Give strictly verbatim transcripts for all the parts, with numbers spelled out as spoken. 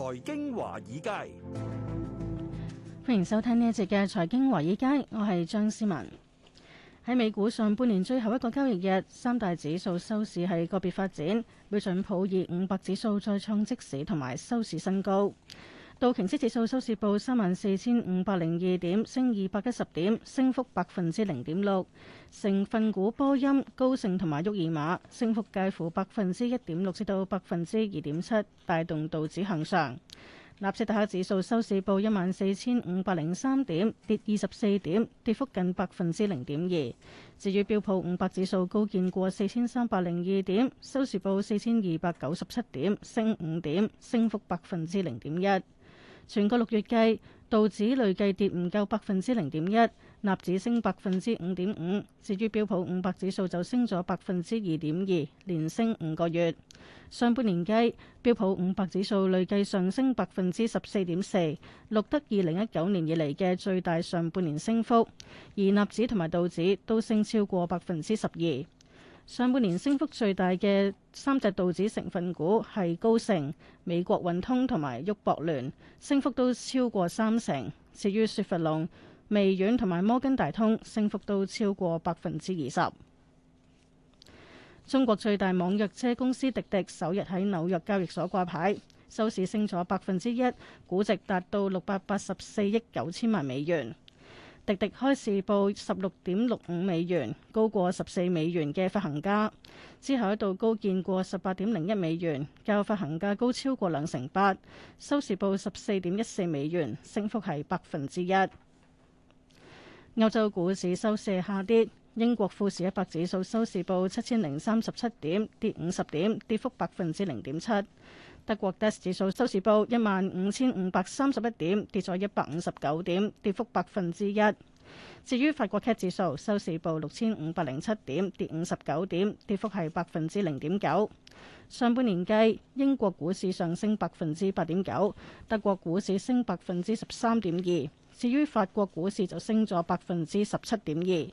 財經華爾街， 歡迎收聽呢一節嘅財經華爾街，我係張思文。喺美股上半年最後一個交易日，三大指數收市係個別發展，標準普爾五百指數再創即市同埋收市新高。道瓊斯指數收市報三萬四千五百零二點，升二百一十點，升幅百分之零點六。成分股波音、高盛同埋沃爾瑪升幅介乎百分之一點六至到百分之二點七，帶動道指向上。納斯達克指數收市報一萬四千五百零三點，跌二十四點，跌幅近百分之零點二。至於標普五百指數高見過四千三百零二點，收市報四千二百九十七點，升五點，升幅百分之零點一。全個六月計，道指累計跌唔夠百分之零點一，納指升百分之五點五。至於標普五百指數就升咗百分之二點二，連升五個月。上半年計，標普五百指數累計上升百分之十四點四，錄得二零一九年以嚟嘅最大上半年升幅，而納指同埋道指都升超過百分之十二。上半年升幅最大嘅三隻道指成分股係高盛、美國運通同埋沃博聯，升幅都超過三成。至於雪佛龍、微軟同埋摩根大通，升幅都超過百分之二十。中國最大網約車公司滴滴首日喺紐約交易所掛牌，收市升咗百分之一，估值達到六百八十四億九千萬美元。滴滴開市報十六點六五美元，高過十四美元嘅發行價，之後一度高見過十八點零一美元，較發行價高超過兩成八，收市報十四點一四美元，升幅係百分之一。歐洲股市收市下跌，英國富時一百指數收市報七千零三十七點，跌五十點，跌幅百分之零點七。德國 D A X 指數收市報一萬五千五百三十一點，跌咗一百五十九點，跌幅百分之一。至於法國 C A C 指數收市報六千五百零七點，跌五十九點，跌幅係百分之零點九。上半年計，英國股市上升百分之八點九，德國股市升百分之十三點二，至於法國股市就升咗百分之十七點二。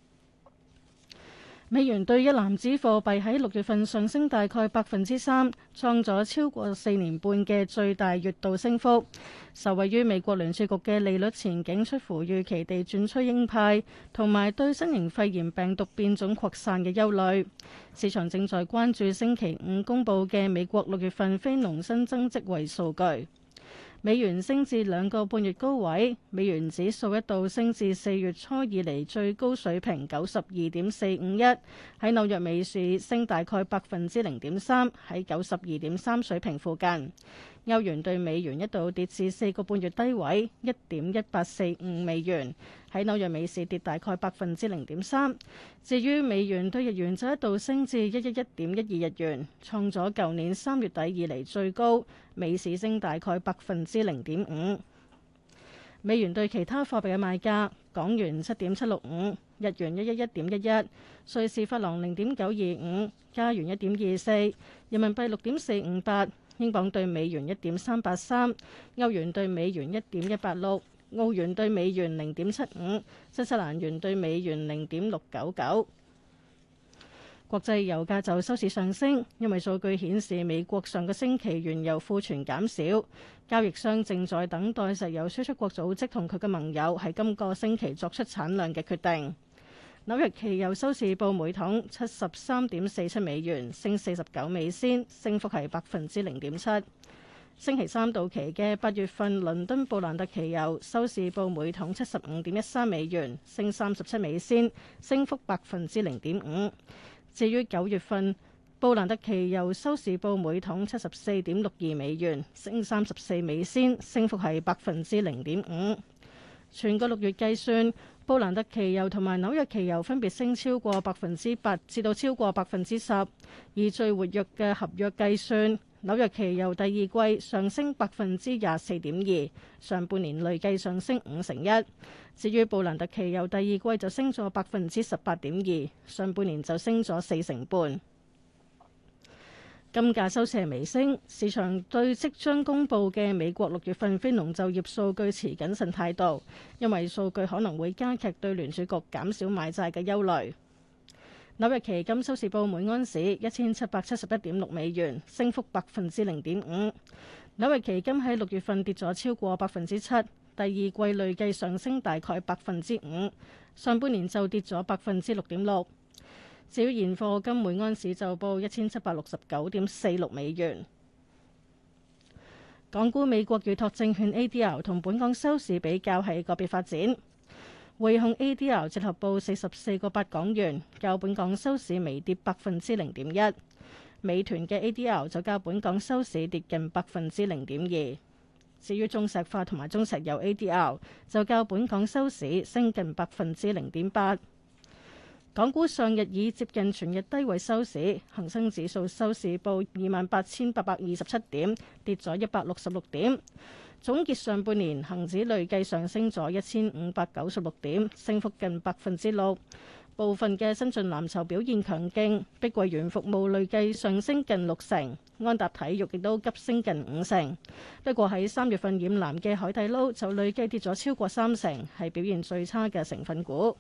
美元對一籃子貨幣喺六月份上升大概百分之三，創咗超過四年半嘅最大月度升幅。受惠於美國聯儲局嘅利率前景出乎預期地轉趨鷹派，同埋對新型肺炎病毒變種擴散嘅憂慮，市場正在關注星期五公佈嘅美國六月份非農新增職位數據。美元升至兩個半月高位，美元指數一度升至四月初以嚟最高水平九十二點四五一，喺紐約美市升大概百分之零點三，喺九十二點三水平附近。歐元對美元一度跌至四個半月低位一點一八四五美元，喺紐約美市跌大概百分之零點三。至於美元對日元就一度升至一一一點一二日元，創咗舊年三月底以嚟最高，美市升大概百分之零點五。美元對其他貨幣嘅賣價：港元七點七六五，日元一一一點一一，瑞士法郎零點九二五，加元一點二四，人民幣六點四五八。英鎊對美元一點三八三，歐元對美元一點一八六，澳元對美元零點七五，新西蘭元對美元零點六九九。國際油價就收市上升，因為數據顯示美國上個星期原油庫存減少，交易商正在等待石油輸出國組織同佢嘅盟友喺今個星期作出產量嘅決定。紐約期油收市報每桶七十三點四七美元，升四十九美仙，升幅係百分之零點七。星期三到期嘅八月份倫敦布蘭特期油收市報每桶七十五點一三美元，升三十七美仙，升幅百分之零點五。至於九月份布蘭特期油收市報每桶七十四點六二美元，升三十四美仙，升幅係百分之零點五。全個六月計算，布蘭特期油同埋紐約期油分別升超過百分之八至到超過百分之十，以最活躍嘅合約計算，紐約期油第二季上升百分之廿四點二，上半年累計上升五成一。至於布蘭特期油第二季就升咗百分之十八點二，上半年就升咗四成半。金價收市微升，市場對即將公佈嘅美國六月份非農就業數據持謹慎態度，因為數據可能會加劇對聯儲局減少買債嘅憂慮。紐約期金收市報每安士一千七百七十一點六美元，升幅百分之零點五。 紐約期金喺六月份跌咗超過百分之七，第二季累計上升大概百分之五，上半年就跌咗百分之六點六。至於現貨金每安士就報一千七百六十九點四六美元。港股美國預託證券 A D R 同本港收市比較係個別發展，匯控 A D R 折合報四十四個八港元，較本港收市微跌百分之零點一。美團嘅 A D R 就較本港收市跌近百分之零點二。至於中石化同埋中石油 A D R 就較本港收市升近百分之零點八。港股上日以接近全日低位收市，恒生指數收市報二萬八千八百二十七點，跌咗一百六十六點。總結上半年，恒指累計上升咗一千五百九十六點，升幅近百分之六。部分嘅新晉藍籌表現強勁，碧桂園服務累計上升近六成，安踏體育亦都急升近五成。不過喺三月份染藍嘅海底撈就累計跌咗超過三成，係表現最差嘅成分股。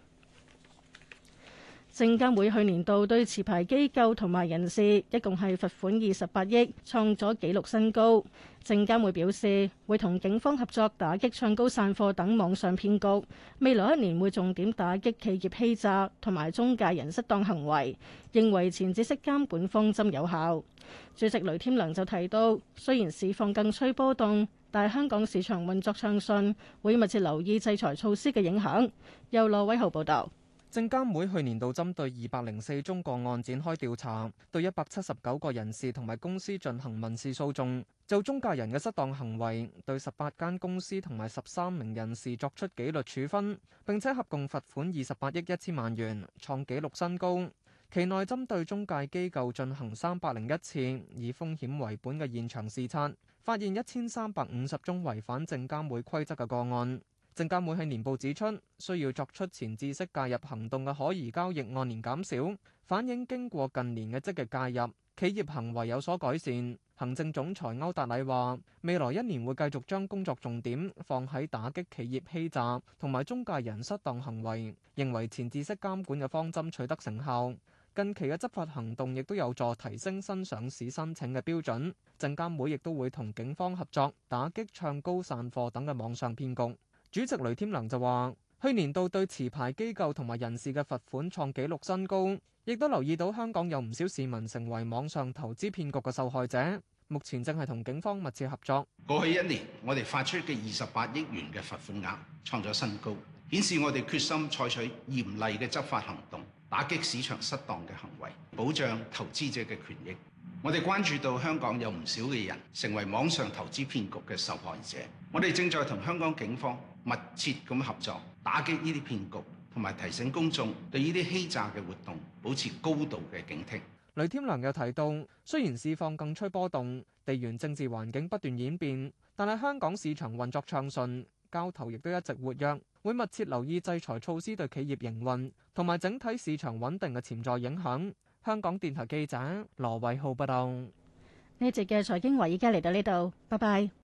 證監會去年度對持牌機構同埋人士一共係罰款二十八億，創咗紀錄新高。證監會表示會同警方合作打擊唱高散貨等網上騙局，未來一年會重點打擊企業欺詐同埋中介人失當行為，認為前置式監管方針有效。主席雷添良就提到，雖然市況更趨波動，但係香港市場運作暢順，會密切留意制裁措施嘅影響。由羅偉豪報導。 證監會去年度針對二百零四宗個案展開調查，對一百七十九個人士同埋公司進行民事訴訟，就中介人嘅失當行為，對十八間公司同埋十三名人士作出紀律處分，並且合共罰款二十八億一千萬元，創紀錄新高。期內針對中介機構進行三百零一次以風險為本嘅現場視察，發現一千三百五十宗違反證監會規則嘅個案。證監會喺年報指出，需要作出前置式介入行動嘅可疑交易按年減少，反映經過近年嘅積極介入，企業行為有所改善。行政總裁歐達禮話，未來一年會繼續將工作重點放喺打擊企業欺詐同埋中介人失當行為，認為前置式監管嘅方針取得成效。近期嘅執法行動亦都有助提升新上市申請嘅標準。證監會亦都會同警方合作，打擊唱高散貨等嘅網上騙局。主席雷添良就話，去年度對持牌機構同埋人士嘅罰款創紀錄新高，亦都留意到香港有唔少市民成為網上投資騙局嘅受害者，目前正係同警方密切合作。 過去一年，我哋發出嘅二十八億元嘅罰款額創咗新高，顯示我哋決心採取嚴厲嘅執法行動，打擊市場失當嘅行為，保障投資者嘅權益。我哋關注到香港有唔少嘅人成為網上投資騙局嘅受害者，我哋正在同香港警方密切咁合作，打擊呢啲騙局，同埋提醒公眾對呢啲欺詐嘅活動保持高度嘅警惕。 雷添良又提到，雖然市況更趨波動，地緣政治環境不斷演變，但係香港市場運作暢順，交投亦都一直活躍，會密切留意制裁措施對企業營運同埋整體市場穩定嘅潛在影響。香港電台記者羅偉浩報道。 呢節嘅財經華爾街嚟到呢度，拜拜。